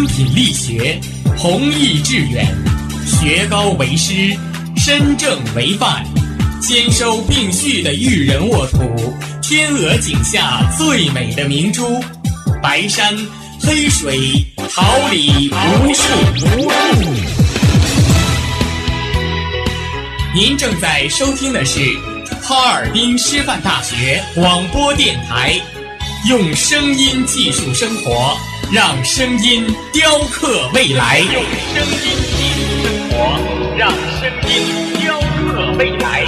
敦品力学，弘毅致远，学高为师，身正为范，兼收并蓄的育人沃土，天鹅颈下最美的明珠，白山黑水，桃李无数。您正在收听的是哈尔滨师范大学广播电台，用声音技术生活，让声音雕刻未来。用声音技术生活，让声音雕刻未来。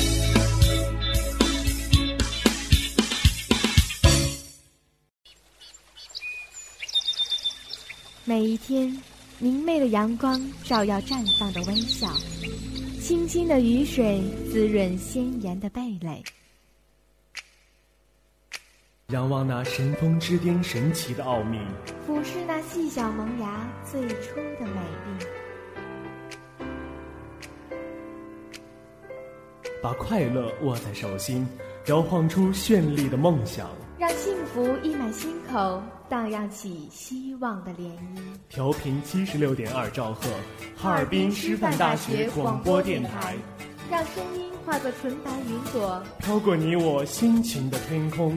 每一天，明媚的阳光照耀绽放的微笑，清清的雨水滋润鲜艳的蓓蕾。 仰望那神峰之巅神奇的奥秘， 俯视那细小萌芽最初的美丽。 把快乐握在手心，摇晃出绚丽的梦想， 让幸福溢满心口，荡漾起希望的涟漪。 调频76.2兆赫，哈尔滨师范大学广播电台， 让声音化作纯白云朵， 飘过你我心情的天空。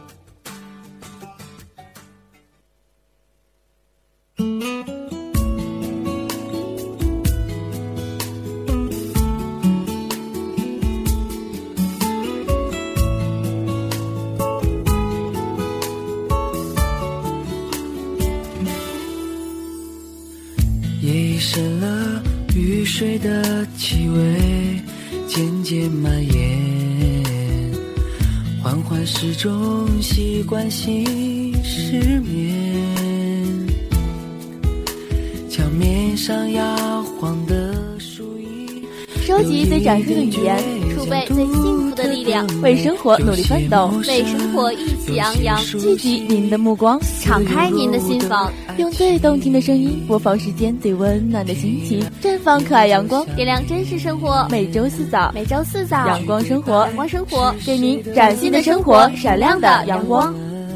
夜深了，雨水的气味渐渐蔓延，缓缓时钟习惯性失眠，墙面上摇晃的树影， 收集最掌声的语言， 储备最幸福的力量， 为生活努力奋斗， 为生活意气昂扬。 聚集您的目光， 敞开您的心房， 用最动听的声音播放世间最温暖的心情，绽放可爱阳光， 点亮真实生活。 每周四早，阳光生活， 阳光生活， 给您崭新的生活，闪亮的阳光。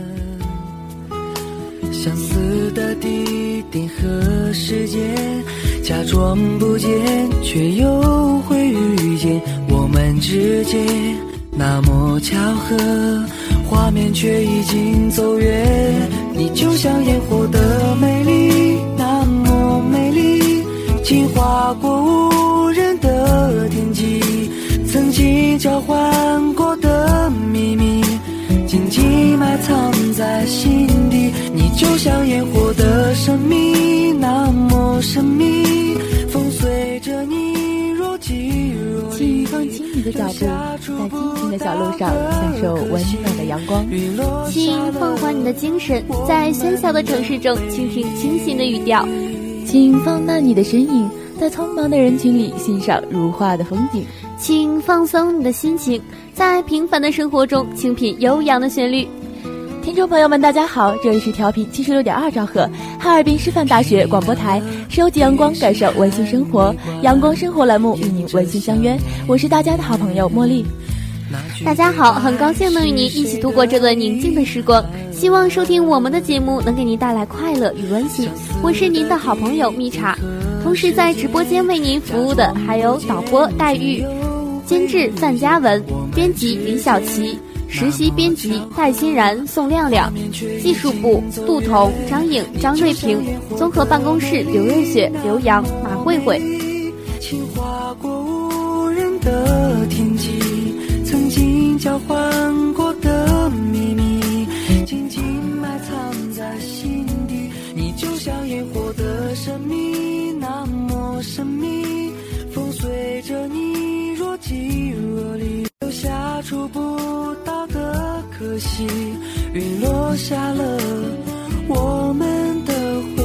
相似的地点和时间，假装不见，却又会遇见。我们之间那么巧合，画面却已经走远。你就像烟火的美丽，那么美丽，轻划过无人的天际，曾经交换过的秘密，静静埋藏在心底。你就像烟火的神秘，那么神秘，风随着你若即若离。 请放轻你的脚步，在静静的小路上享受温暖的阳光。 请放缓你的精神，在喧嚣的城市中倾听清新的语调。 请放慢你的身影，在匆忙的人群里欣赏如画的风景。 请放松你的心情，在平凡的生活中倾品悠扬的旋律。 听众朋友们大家好，这里是调频76.2兆赫哈尔滨师范大学广播台，收集阳光，感受温馨生活，阳光生活栏目与您温馨相约，我是大家的好朋友茉莉。 大家好，很高兴能与您一起度过这段宁静的时光，希望收听我们的节目能给您带来快乐与温馨。我是您的好朋友蜜茶，同时在直播间为您服务的还有导播黛玉，监制范嘉文，编辑李小琪，实习编辑戴欣然、宋亮亮，技术部杜彤、张颖、张瑞平，综合办公室刘瑞雪、刘洋、马慧慧。 轻划过无人的天际，曾经交换过的秘密，静静埋藏在心底。你就像烟火的神秘，那么神秘，风随着你若即若离，留下触不到的可惜。云落下了我们的回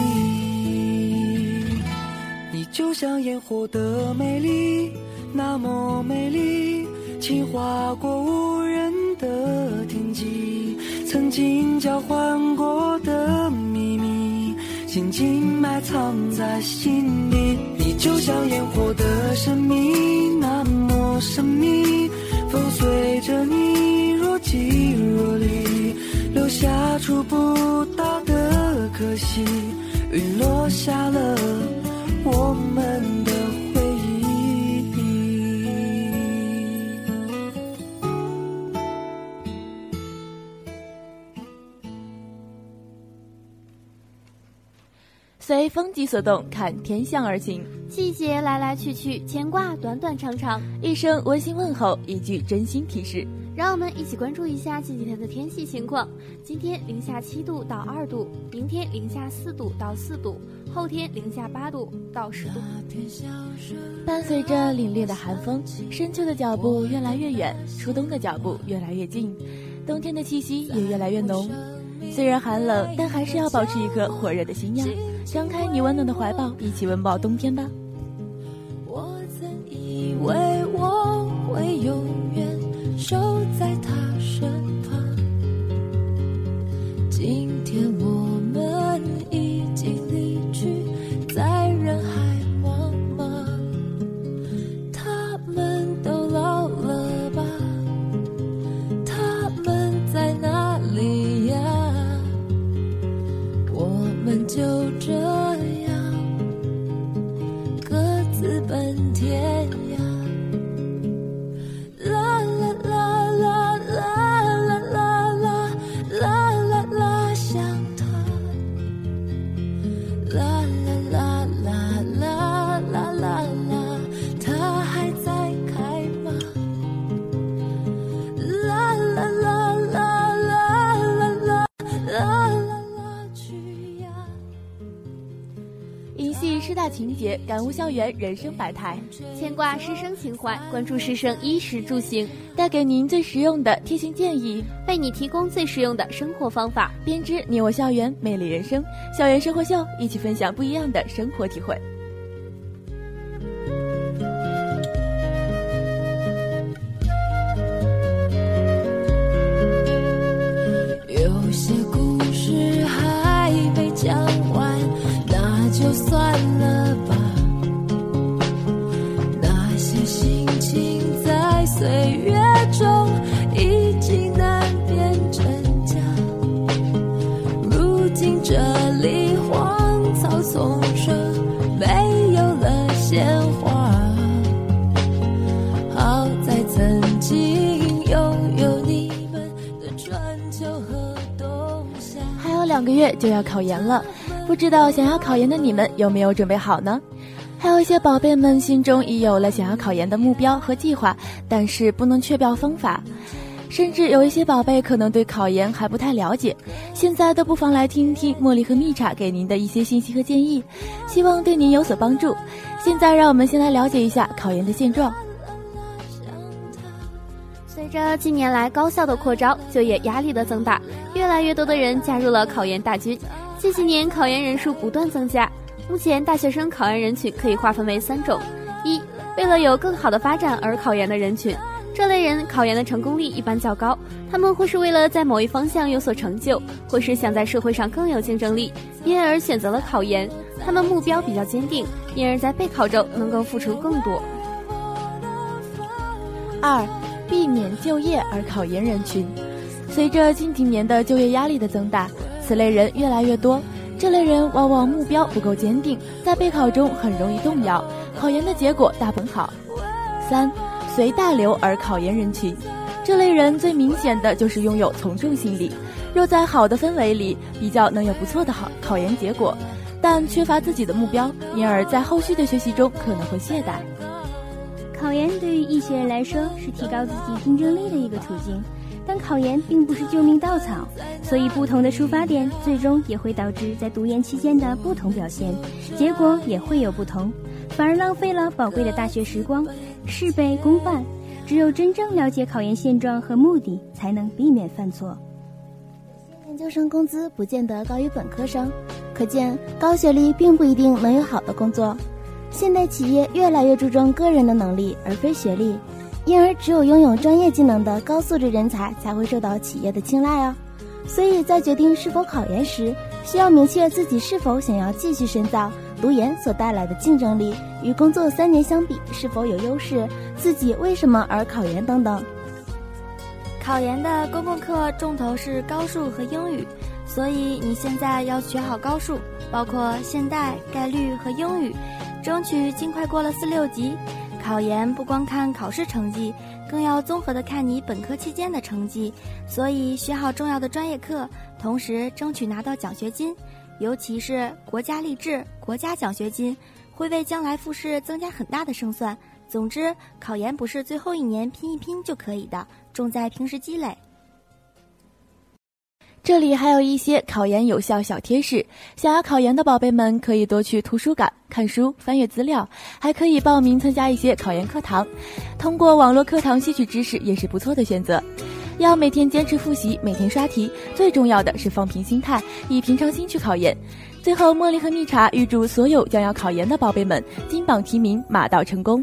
忆，你就像烟火的美丽，那么美丽，轻划过无人的天际，曾经交换过的秘密，静静埋藏在心底。你就像烟火的神秘，那么神秘，风随着你若即若离，留下触不到的可惜。 雨落下了我们的回忆。 随风急所动，看天象而行。 季节来来去去，牵挂短短长长， 一声温馨问候，一句真心提示。 让我们一起关注一下这几天的天气情况。今天零下7度到2度，明天零下4度到4度，后天零下8度到10度。 伴随着凛冽的寒风，深秋的脚步越来越远，初冬的脚步越来越近，冬天的气息也越来越浓。虽然寒冷，但还是要保持一颗火热的心呀！张开你温暖的怀抱，一起温饱冬天吧。 我曾以为我会永远守在他身旁，今天我们已经离去，在人海茫茫。他们都老了吧？他们在哪里呀？我们就这样各自奔天涯。啦啦啦啦啦啦啦啦啦啦啦，想他。啦啦啦啦啦啦啦啦，他还在开吗？啦啦啦啦啦啦啦啦啦，去呀！ 引戏师大情节，感悟校园人生百态， 牵挂师生情怀，关注师生衣食住行， 带给您最实用的贴心建议， 为你提供最实用的生活方法， 编织你我校园魅力人生。校园生活秀，一起分享不一样的生活体会。 有些故事还没讲完，那就算了吧。那些心情在岁月中已经难辨真假，如今这里荒草丛生，没有了鲜花。好在曾经拥有你们的春秋和冬夏。 还有2个月就要考研了，不知道想要考研的你们有没有准备好呢？还有一些宝贝们心中已有了想要考研的目标和计划，但是不能确标方法，甚至有一些宝贝可能对考研还不太了解，现在都不妨来听听茉莉和蜜茶给您的一些信息和建议，希望对您有所帮助。现在让我们先来了解一下考研的现状。 随着近年来高校的扩招，就业压力的增大，越来越多的人加入了考研大军。近几年考研人数不断增加，目前大学生考研人群可以划分为3种：一、为了有更好的发展而考研的人群，这类人考研的成功率一般较高，他们或是为了在某一方向有所成就，或是想在社会上更有竞争力，因而选择了考研。他们目标比较坚定，因而在备考中能够付出更多。 2、避免就业而考研人群，随着近几年的就业压力的增大，此类人越来越多。这类人往往目标不够坚定，在备考中很容易动摇，考研的结果大不好。3、随大流而考研人群，这类人最明显的就是拥有从众心理，若在好的氛围里，比较能有不错的考研结果，但缺乏自己的目标，因而在后续的学习中可能会懈怠。 考研对于一些人来说是提高自己竞争力的一个途径，但考研并不是救命稻草，所以不同的出发点最终也会导致在读研期间的不同表现，结果也会有不同，反而浪费了宝贵的大学时光，事倍功半。只有真正了解考研现状和目的，才能避免犯错。 研究生工资不见得高于本科生，可见高学历并不一定能有好的工作。现代企业越来越注重个人的能力而非学历，因而只有拥有专业技能的高素质人才才会受到企业的青睐哦。所以在决定是否考研时，需要明确自己是否想要继续深造，读研所带来的竞争力与工作3年相比是否有优势，自己为什么而考研等等。 考研的公共课重头是高数和英语，所以你现在要学好高数， 包括现代、概率和英语，争取尽快过了4、6级。考研不光看考试成绩，更要综合的看你本科期间的成绩，所以学好重要的专业课，同时争取拿到奖学金，尤其是国家励志、国家奖学金，会为将来复试增加很大的胜算。总之，考研不是最后1年拼一拼就可以的，重在平时积累。 这里还有一些考研有效小贴士，想要考研的宝贝们可以多去图书馆看书、翻阅资料，还可以报名参加一些考研课堂，通过网络课堂吸取知识也是不错的选择。要每天坚持复习，每天刷题，最重要的是放平心态，以平常心去考研。最后，茉莉和蜜茶预祝所有将要考研的宝贝们金榜题名，马到成功。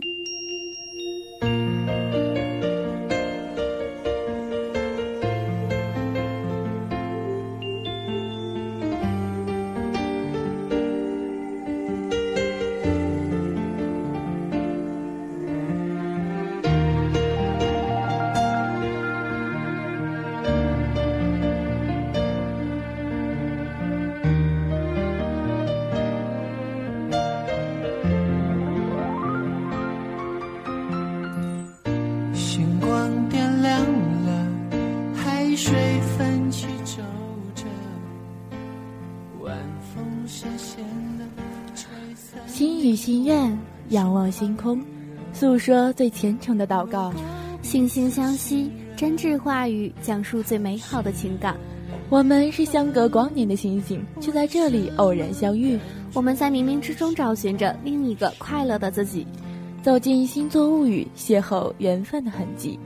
心语心愿，仰望星空，诉说最虔诚的祷告， 惺惺相惜，真挚话语，讲述最美好的情感。 我们是相隔光年的星星，却在这里偶然相遇。 我们在冥冥之中找寻着另一个快乐的自己， 走进星座物语，邂逅缘分的痕迹。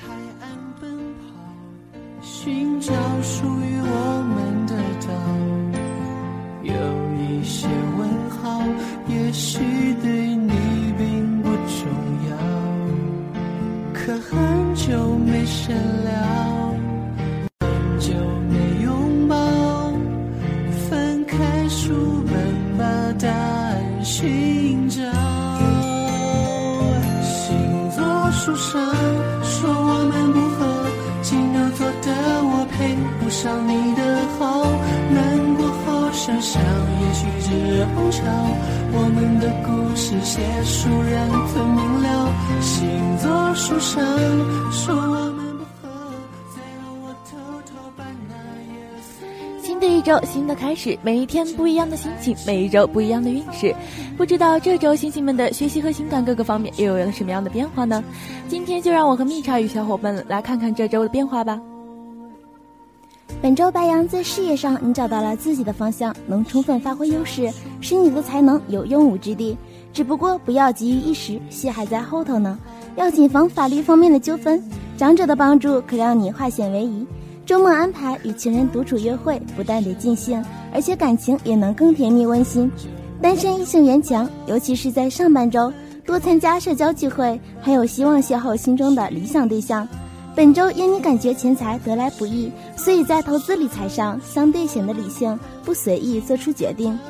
寻找属于我们的岛，有一些问号，也许对你并不重要，可很久没深聊，很久没拥抱，翻开书本把答案寻找。星座书上说我们不合，金牛座的我配不上你的好，难过后想想也许只红潮，我们的故事写书让分明了，星座书上说我们不合，最后我偷偷把那夜色。 新的一周，新的开始，每一天不一样的心情，每一周不一样的运势。不知道这周星星们的学习和情感各个方面又有了什么样的变化呢？今天就让我和蜜茶与小伙伴来看看这周的变化吧。 本周白羊，在事业上你找到了自己的方向，能充分发挥优势，使你的才能有用武之地。只不过不要急于一时，戏还在后头呢，要谨防法律方面的纠纷。长者的帮助可让你化险为夷。周末安排与情人独处约会，不但得尽兴，而且感情也能更甜蜜温馨。单身异性缘强，尤其是在上半周，多参加社交聚会，还有希望邂逅心中的理想对象。本周因你感觉钱财得来不易，所以在投资理财上相对显得理性，不随意做出决定。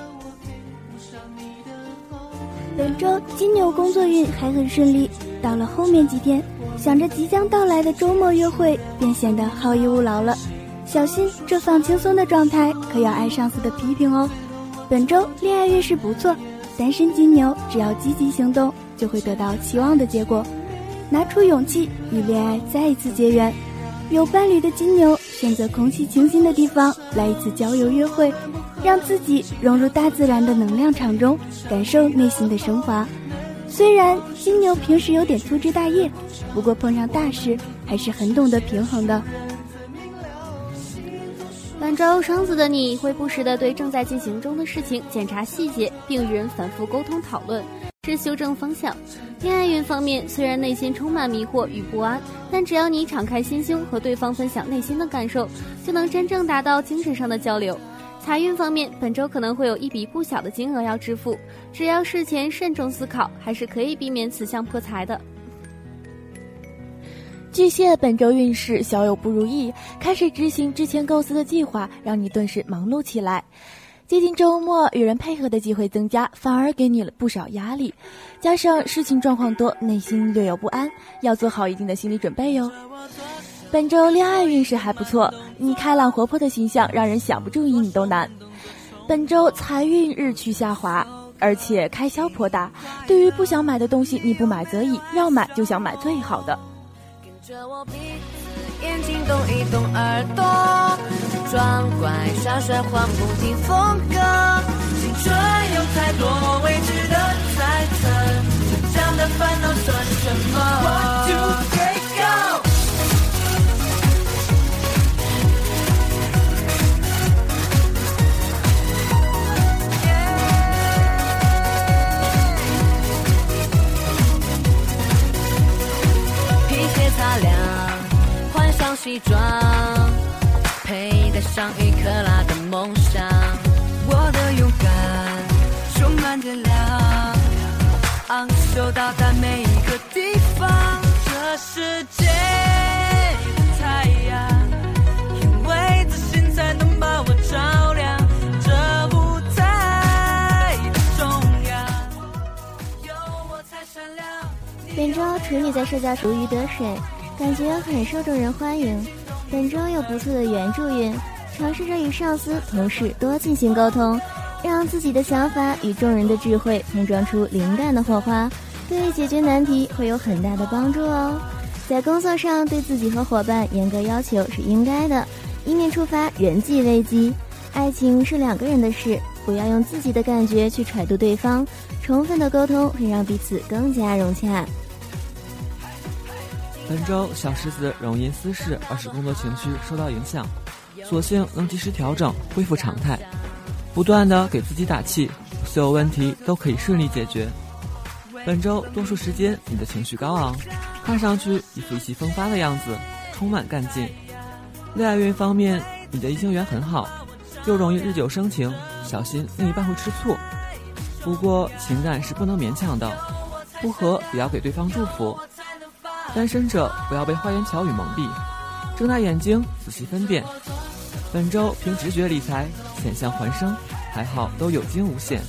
本周金牛工作运还很顺利，到了后面几天，想着即将到来的周末约会，便显得好逸恶劳了。小心这放轻松的状态，可要挨上司的批评哦。本周恋爱运势不错，单身金牛只要积极行动，就会得到期望的结果。拿出勇气与恋爱再一次结缘。有伴侣的金牛选择空气清新的地方来一次郊游约会，让自己融入大自然的能量场中，感受内心的升华。虽然金牛平时有点粗枝大叶，不过碰上大事还是很懂得平衡的。 本周双子的你会不时地对正在进行中的事情检查细节，并与人反复沟通讨论，是修正方向。恋爱运方面，虽然内心充满迷惑与不安，但只要你敞开心胸和对方分享内心的感受，就能真正达到精神上的交流。财运方面，本周可能会有一笔不小的金额要支付，只要事前慎重思考，还是可以避免此项破财的。 巨蟹本周运势小有不如意，开始执行之前构思的计划，让你顿时忙碌起来。接近周末，与人配合的机会增加，反而给你了不少压力。加上事情状况多，内心略有不安，要做好一定的心理准备哟。本周恋爱运势还不错，你开朗活泼的形象让人想不注意你都难。 本周财运日趋下滑，而且开销颇大。对于不想买的东西，你不买则已，要买就想买最好的。 跟着我鼻子眼睛动一动耳朵，装乖耍帅换不停风格，青春有太多未知的猜测，成长的烦恼算什么 ？One two three go。擦亮，换上西装，佩戴上1克拉的梦想。我的勇敢充满着亮，昂首到达每一个地方。这世界的太阳，因为自信才能把我照亮。这舞台的中央，有我才闪亮。 本周处女在社交如鱼得水，感觉很受众人欢迎。本周有不错的援助运，尝试着与上司、同事多进行沟通，让自己的想法与众人的智慧碰撞出灵感的火花，对解决难题会有很大的帮助哦。在工作上对自己和伙伴严格要求是应该的，以免触发人际危机。爱情是2个人的事，不要用自己的感觉去揣度对方，充分的沟通会让彼此更加融洽。 本周小狮子容因私事而使工作情绪受到影响，所幸能及时调整恢复常态，不断的给自己打气，所有问题都可以顺利解决。本周多数时间你的情绪高昂，看上去一副意气风发的样子，充满干劲。恋爱运方面，你的异性缘很好，又容易日久生情，小心另一半会吃醋。不过情感是不能勉强的，不合也要给对方祝福。单身者不要被花言巧语蒙蔽，睁大眼睛仔细分辨。本周凭直觉理财，险象环生，还好都有惊无险。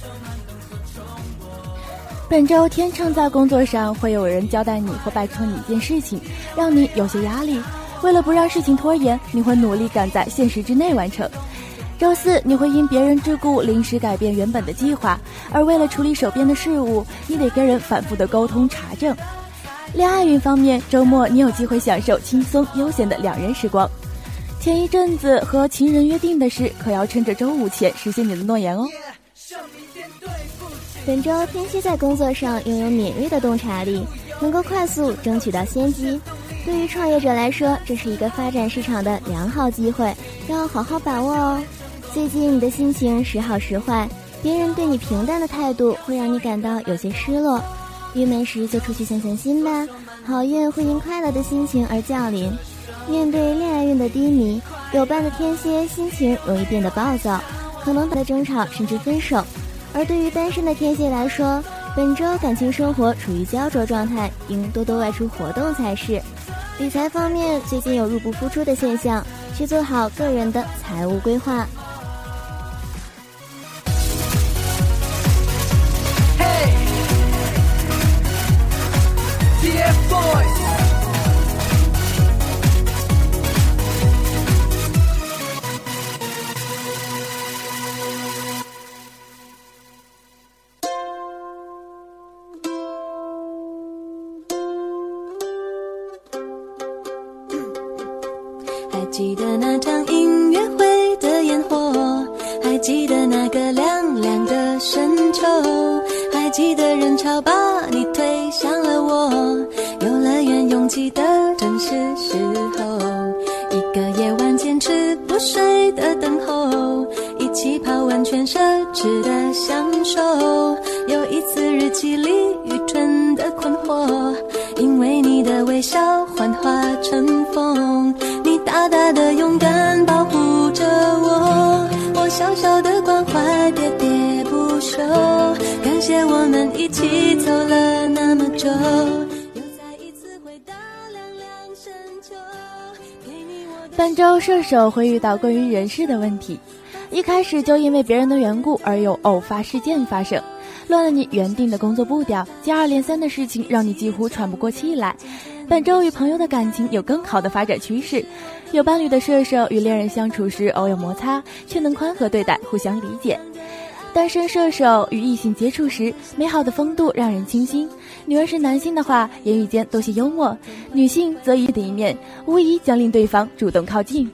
本周天秤在工作上会有人交代你或拜托你一件事情，让你有些压力。为了不让事情拖延，你会努力赶在限时之内完成。周四你会因别人之故临时改变原本的计划，而为了处理手边的事务，你得跟人反复的沟通查证。恋爱运方面，周末你有机会享受轻松悠闲的2人时光。前一阵子和情人约定的事，可要趁着周5前实现你的诺言哦。 本周天蝎在工作上拥有敏锐的洞察力，能够快速争取到先机。对于创业者来说，这是一个发展市场的良好机会，要好好把握哦。最近你的心情时好时坏，别人对你平淡的态度会让你感到有些失落。郁闷时就出去散散心吧，好运会因快乐的心情而降临。面对恋爱运的低迷，有伴的天蝎心情容易变得暴躁，可能的争吵甚至分手。而对于单身的天蝎来说，本周感情生活处于焦灼状态，应多多外出活动才是。理财方面，最近有入不敷出的现象，去做好个人的财务规划。 还记得那场音乐会的烟火，还记得那个凉凉的深秋，还记得人潮把你推向了我，游乐园拥挤的正是时候，一个夜晚坚持不睡的等候，一起泡温泉奢侈的享受，有一次日记里愚蠢的困惑，因为你的微笑幻化成风，你大大的勇敢保护着我，我小小的关怀喋喋不休，感谢我们一起走了那么久，又再一次回到凉凉深秋。 本周射手会遇到关于人事的问题，一开始就因为别人的缘故而有偶发事件发生，乱了你原定的工作步调，接二连三的事情让你几乎喘不过气来。本周与朋友的感情有更好的发展趋势，有伴侣的射手与恋人相处时偶有摩擦，却能宽和对待，互相理解。 单身射手与异性接触时，美好的风度让人倾心；女儿是男性的话，言语间多些幽默；女性则一的一面，无疑将令对方主动靠近。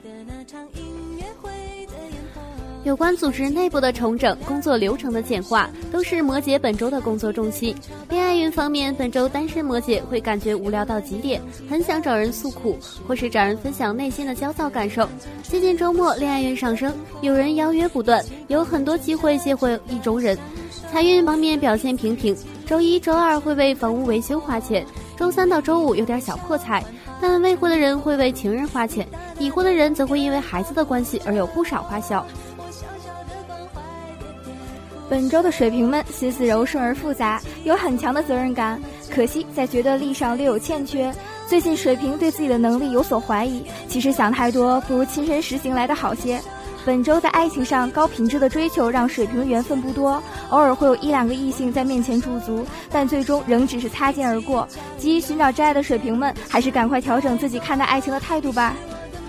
有关组织内部的重整、工作流程的简化，都是摩羯本周的工作重心。恋爱运方面，本周单身摩羯会感觉无聊到极点，很想找人诉苦，或是找人分享内心的焦躁感受。接近周末，恋爱运上升，有人邀约不断，有很多机会邂逅意中人。财运方面表现平平，周一、周二会为房屋维修花钱，周三到周五有点小破财，但未婚的人会为情人花钱，已婚的人则会因为孩子的关系而有不少花销。 本周的水瓶们心思柔顺而复杂，有很强的责任感，可惜在觉得力上略有欠缺。最近水瓶对自己的能力有所怀疑，其实想太多不如亲身实行来的好些。本周在爱情上高品质的追求让水瓶的缘分不多，偶尔会有1-2个异性在面前驻足，但最终仍只是擦肩而过。急于寻找真爱的水瓶们，还是赶快调整自己看待爱情的态度吧。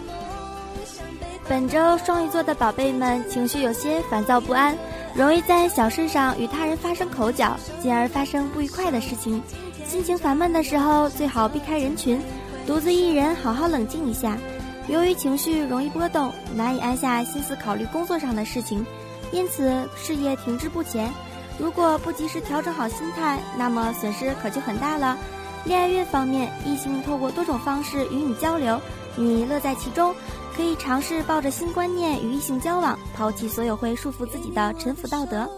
本周双鱼座的宝贝们情绪有些烦躁不安，容易在小事上与他人发生口角，进而发生不愉快的事情。心情烦闷的时候，最好避开人群，独自一人好好冷静一下。由于情绪容易波动，难以安下心思考虑工作上的事情，因此事业停滞不前。如果不及时调整好心态，那么损失可就很大了。恋爱运方面，异性透过多种方式与你交流，你乐在其中，可以尝试抱着新观念与异性交往，抛弃所有会束缚自己的陈腐道德。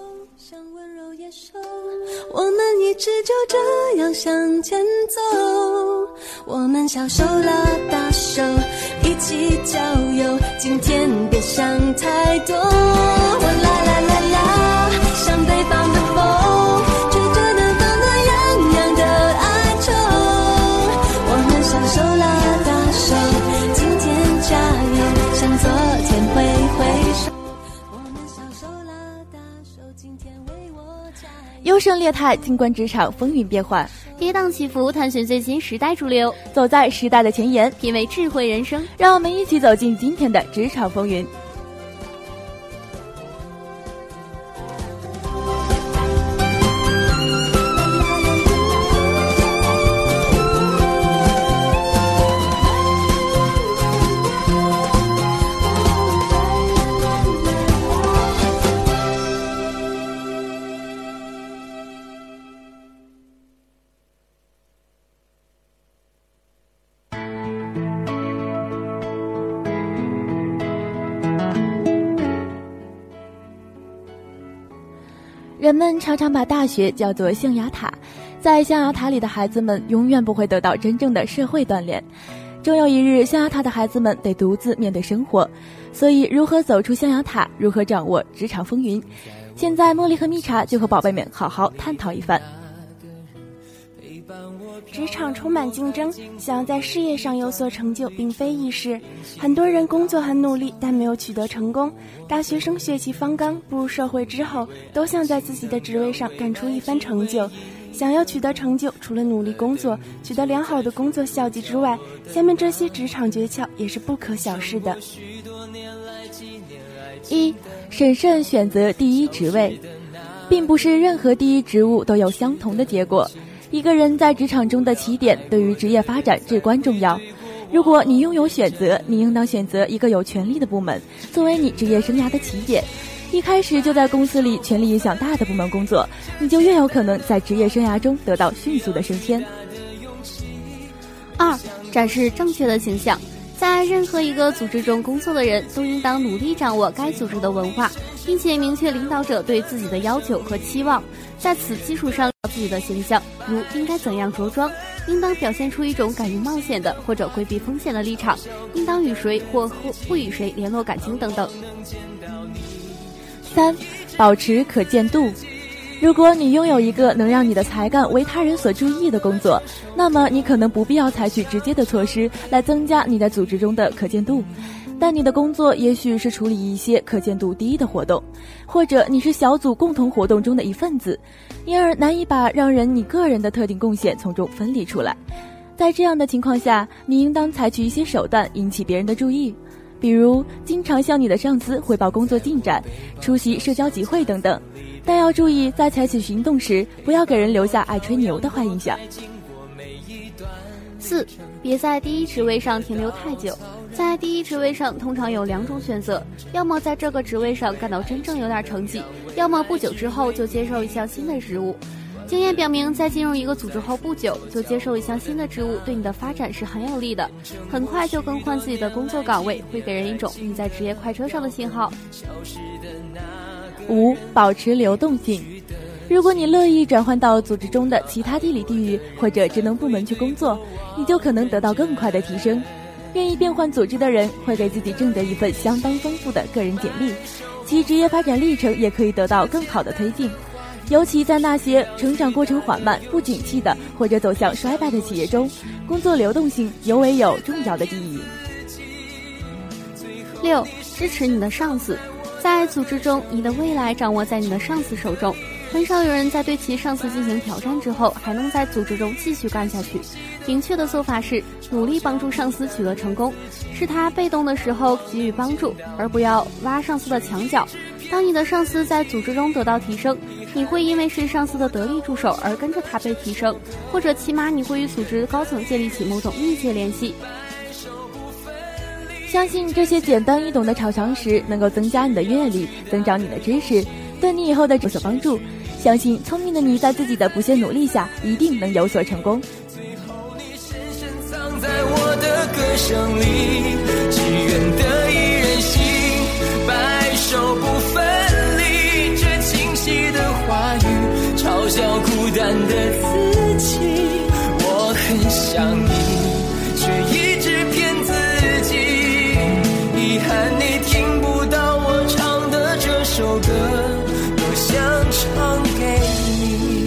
我们一直就这样向前走，我们小手拉大手一起郊游，今天别想太多。我啦啦啦啦，像北方的风，吹着南方的洋洋的哀愁。我们小手拉大手，今天加油，向昨天挥挥手。我们小手拉大手，今天为我加油。 优胜劣汰，静观职场风云变幻， 跌宕起伏，探寻最新时代主流， 走在时代的前沿， 品味智慧人生。 让我们一起走进今天的职场风云。人们常常把大学叫做象牙塔，在象牙塔里的孩子们永远不会得到真正的社会锻炼，终有一日象牙塔的孩子们得独自面对生活。所以如何走出象牙塔，如何掌握职场风云，现在茉莉和蜜茶就和宝贝们好好探讨一番。 职场充满竞争，想要在事业上有所成就并非易事，很多人工作很努力，但没有取得成功。大学生血气方刚，步入社会之后，都想在自己的职位上干出一番成就。想要取得成就，除了努力工作，取得良好的工作效绩之外，下面这些职场诀窍也是不可小视的。 1. 审慎选择第一职位，并不是任何第一职务都有相同的结果。一个人在职场中的起点对于职业发展至关重要。如果你拥有选择，你应当选择一个有权力的部门作为你职业生涯的起点。一开始就在公司里权力影响大的部门工作，你就越有可能在职业生涯中得到迅速的升迁。 2. 展示正确的形象。在任何一个组织中工作的人都应当努力掌握该组织的文化，并且明确领导者对自己的要求和期望，在此基础上自己的形象，如应该怎样着装，应当表现出一种敢于冒险的或者规避风险的立场，应当与谁或不与谁联络感情等等。 3. 保持可见度。如果你拥有一个能让你的才干为他人所注意的工作，那么你可能不必要采取直接的措施来增加你在组织中的可见度，但你的工作也许是处理一些可见度低的活动，或者你是小组共同活动中的一份子，因而难以把让你个人的特定贡献从中分离出来。在这样的情况下，你应当采取一些手段引起别人的注意， 比如经常向你的上司汇报工作进展，出席社交集会等等。但要注意，在采取行动时，不要给人留下爱吹牛的坏印象。 4. 别在第一职位上停留太久。在第一职位上通常有2种选择，要么在这个职位上干到真正有点成绩，要么不久之后就接受一项新的职务。经验表明，在进入一个组织后不久就接受一项新的职务，对你的发展是很有利的。很快就更换自己的工作岗位，会给人一种你在职业快车上的信号。 5. 保持流动性。如果你乐意转换到组织中的其他地理地域或者职能部门去工作，你就可能得到更快的提升。愿意变换组织的人会给自己挣得一份相当丰富的个人简历，其职业发展历程也可以得到更好的推进。尤其在那些成长过程缓慢、不景气的或者走向衰败的企业中，工作流动性尤为有重要的意义。 6. 支持你的上司。在组织中，你的未来掌握在你的上司手中。很少有人在对其上司进行挑战之后，还能在组织中继续干下去。明确的做法是努力帮助上司取得成功，是他被动的时候给予帮助，而不要挖上司的墙角。当你的上司在组织中得到提升，你会因为是上司的得力助手而跟着他被提升，或者起码你会与组织高层建立起某种密切联系。 相信这些简单易懂的小常识能够增加你的阅历，增长你的知识，对你以后的有所帮助。相信聪明的你在自己的不懈努力下一定能有所成功。 最后你深深藏在我的歌声里，只愿得一人心，白首不分离。这清晰的话语嘲笑孤单的自己，我很想你，却一直骗自己。遗憾你听不到我唱的这首歌，多想唱给你。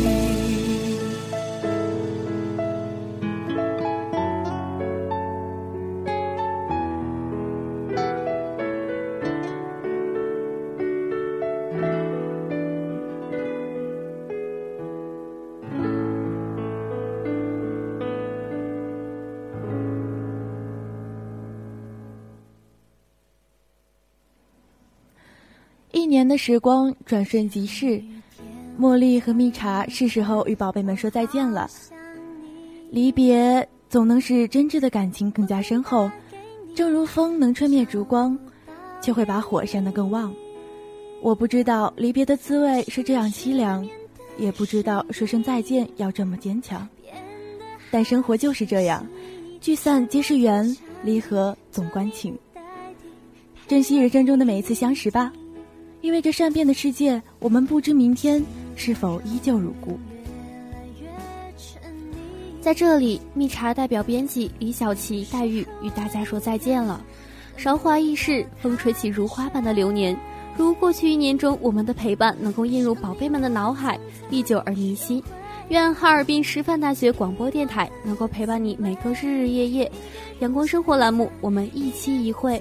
1年的时光转瞬即逝，茉莉和蜜茶是时候与宝贝们说再见了。离别总能使真挚的感情更加深厚，正如风能吹灭烛光，却会把火扇得更旺。我不知道离别的滋味是这样凄凉，也不知道说声再见要这么坚强，但生活就是这样，聚散皆是缘，离合总关情。珍惜人生中的每一次相识吧，因为这善变的世界，我们不知明天是否依旧如故。 在这里，蜜茶代表编辑李小琪、黛玉与大家说再见了。韶华易逝，风吹起如花般的流年，如过去1年中我们的陪伴能够印入宝贝们的脑海，历久而弥新。愿哈尔滨师范大学广播电台能够陪伴你每个日日夜夜。阳光生活栏目，我们一期一会。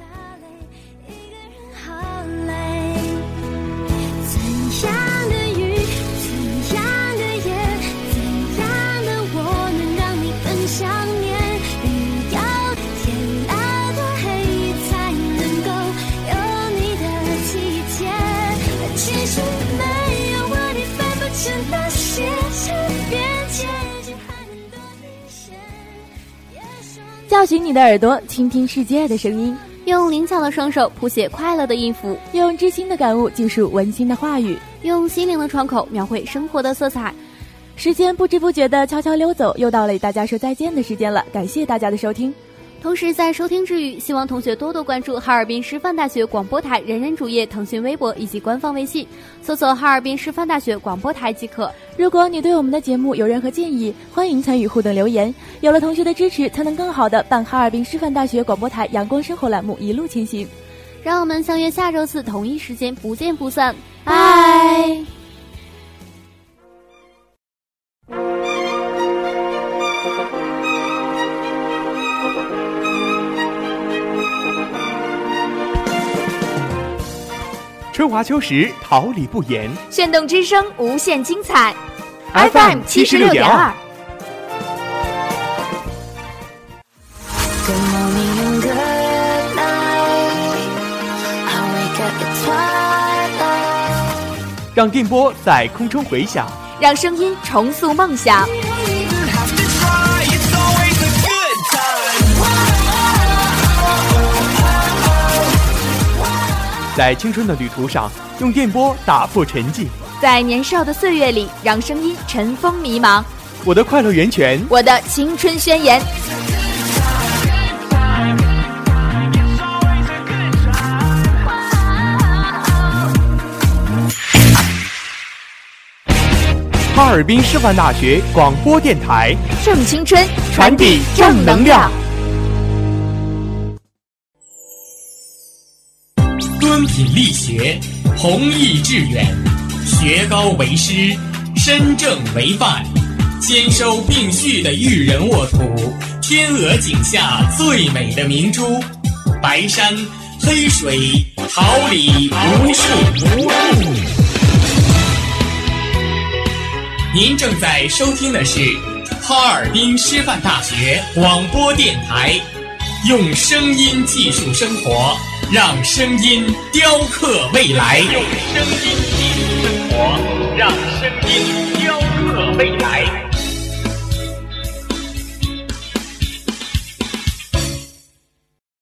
叫醒你的耳朵，倾听世界的声音， 用灵巧的双手谱写快乐的音符， 用知心的感悟记述温馨的话语， 用心灵的窗口描绘生活的色彩。 时间不知不觉地悄悄溜走，又到了与大家说再见的时间了，感谢大家的收听。 同时在收听之余，希望同学多多关注哈尔滨师范大学广播台人人主页、腾讯微博以及官方微信，搜索哈尔滨师范大学广播台即可。 如果你对我们的节目有任何建议，欢迎参与互动留言，有了同学的支持，才能更好地伴哈尔滨师范大学广播台阳光生活栏目一路前行。 让我们相约下周四同一时间不见不散， 拜。 春华秋实，桃李不言。 炫动之声，无限精彩。 FM 76.2。 Good morning and good night. 让电波在空中回响， 让声音重塑梦想。 在青春的旅途上，用电波打破沉寂； 在年少的岁月里，让声音尘封迷茫。 我的快乐源泉， 我的青春宣言。 哈尔滨师范大学广播电台， 正青春， 传递正能量。 敦品力学，弘毅致远，学高为师，身正为范，兼收并蓄的育人沃土，天鹅颈下最美的明珠，白山黑水，桃李无数。您正在收听的是哈尔滨师范大学广播电台，用声音技术生活，让声音雕刻未来。用声音技术生活，让声音雕刻未来。